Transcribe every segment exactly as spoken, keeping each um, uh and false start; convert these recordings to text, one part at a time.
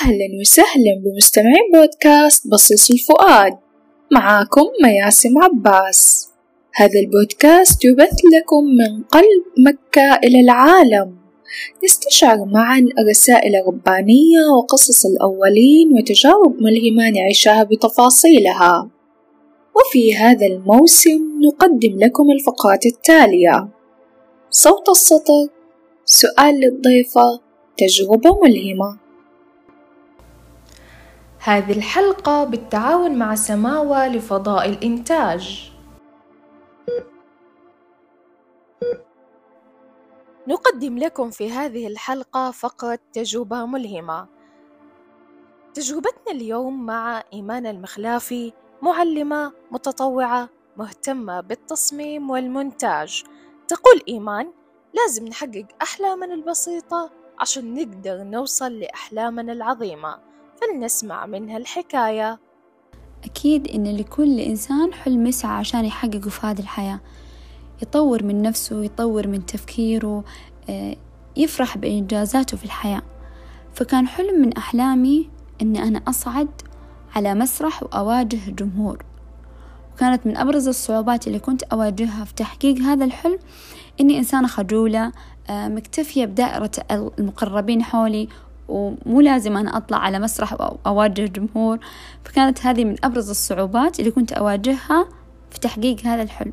أهلا وسهلا بمستمعين بودكاست بصيص الفؤاد. معاكم مياسم عباس. هذا البودكاست يبث لكم من قلب مكة إلى العالم، نستشعر معا الرسائل الربانية وقصص الأولين وتجارب ملهمة نعيشها بتفاصيلها. وفي هذا الموسم نقدم لكم الفقرات التالية: صوت السطر، سؤال للضيفة، تجربة ملهمة. هذه الحلقة بالتعاون مع سماوة لفضاء الإنتاج. نقدم لكم في هذه الحلقة فقرة تجربة ملهمة. تجربتنا اليوم مع إيمان المخلافي، معلمة متطوعة مهتمة بالتصميم والمونتاج. تقول إيمان: لازم نحقق أحلامنا البسيطة عشان نقدر نوصل لأحلامنا العظيمة. فلنسمع منها الحكاية. أكيد إن لكل إنسان حلم يسعى عشان يحققه في هذه الحياة، يطور من نفسه، يطور من تفكيره، يفرح بإنجازاته في الحياة. فكان حلم من أحلامي إن أنا أصعد على مسرح وأواجه جمهور. وكانت من أبرز الصعوبات اللي كنت أواجهها في تحقيق هذا الحلم إني إنسانة خجولة، مكتفية بدائرة المقربين حولي، ومو لازم أنا أطلع على مسرح أو أواجه جمهور. فكانت هذه من أبرز الصعوبات اللي كنت أواجهها في تحقيق هذا الحلم.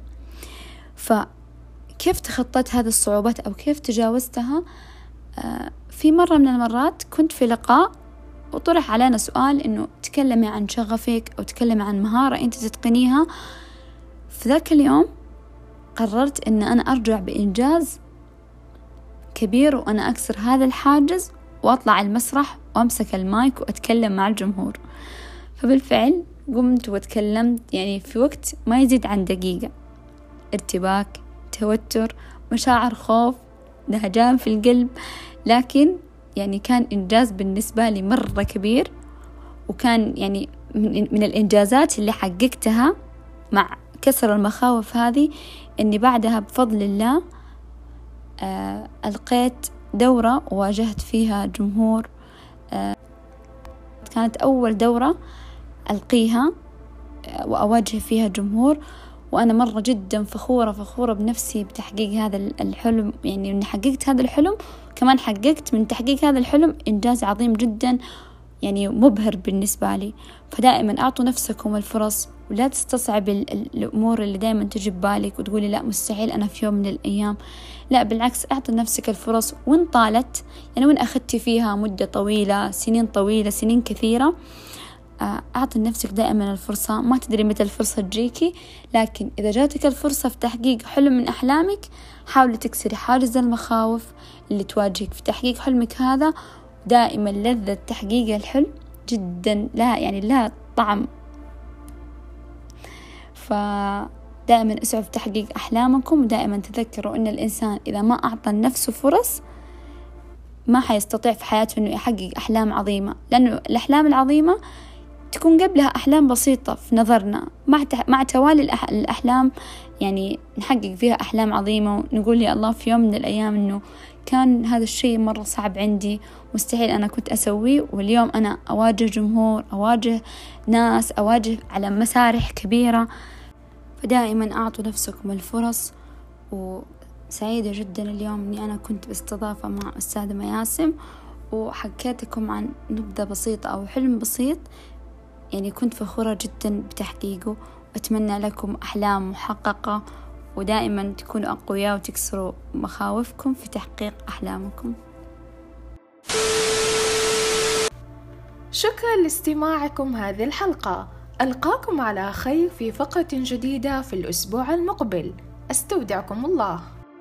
فكيف تخطيت هذه الصعوبات أو كيف تجاوزتها؟ في مرة من المرات كنت في لقاء وطرح علينا سؤال إنه تكلمي عن شغفك أو تكلمي عن مهارة أنت تتقنيها. في ذاك اليوم قررت إن أنا أرجع بإنجاز كبير وأنا أكسر هذا الحاجز وأطلع على المسرح وأمسك المايك وأتكلم مع الجمهور. فبالفعل قمت وتكلمت يعني في وقت ما يزيد عن دقيقة. ارتباك، توتر، مشاعر خوف، نهجان في القلب، لكن يعني كان إنجاز بالنسبة لي مرة كبير. وكان يعني من, من الإنجازات اللي حققتها مع كسر المخاوف هذه إني بعدها بفضل الله آه ألقيت دورة وواجهت فيها جمهور. آه كانت أول دورة ألقيها آه وأواجه فيها جمهور، وأنا مرة جدا فخورة فخورة بنفسي بتحقيق هذا الحلم. يعني إني حققت هذا الحلم، كمان حققت من تحقيق هذا الحلم إنجاز عظيم جدا، يعني مبهر بالنسبة لي. فدائما أعطوا نفسكم الفرص ولا تستصعب الأمور اللي دائما تجي ببالك وتقولي لا مستحيل أنا في يوم من الأيام. لا بالعكس، أعطي نفسك الفرص وإن طالت، يعني وإن أخذتي فيها مدة طويلة، سنين طويلة، سنين كثيرة، أعطي نفسك دائما الفرصة. ما تدري متى الفرصة تجيكي، لكن إذا جاتك الفرصة في تحقيق حلم من أحلامك، حاولي تكسري حاجز المخاوف اللي تواجهك في تحقيق حلمك هذا. دائما لذة تحقيق الحلم جدا لا يعني لا طعم. فدائما اسعوا في تحقيق أحلامكم، ودائما تذكروا أن الإنسان إذا ما أعطى نفسه فرص ما حيستطيع في حياته أنه يحقق أحلام عظيمة. لأنه الأحلام العظيمة تكون قبلها أحلام بسيطة في نظرنا، مع مع توالي الأحلام يعني نحقق فيها أحلام عظيمة ونقول يا الله في يوم من الأيام إنه كان هذا الشيء مرة صعب عندي، مستحيل أنا كنت أسويه، واليوم أنا أواجه جمهور، أواجه ناس، أواجه على مسارح كبيرة. فدائما أعطوا نفسكم الفرص. وسعيدة جدا اليوم أني أنا كنت باستضافة مع أستاذة مياسم وحكيتكم عن نبذة بسيطة أو حلم بسيط، يعني كنت فخورة جدا بتحقيقه. أتمنى لكم أحلام محققة، ودائما تكونوا أقوياء وتكسروا مخاوفكم في تحقيق أحلامكم. شكرا لاستماعكم هذه الحلقة. ألقاكم على خير في فقرة جديدة في الأسبوع المقبل. أستودعكم الله.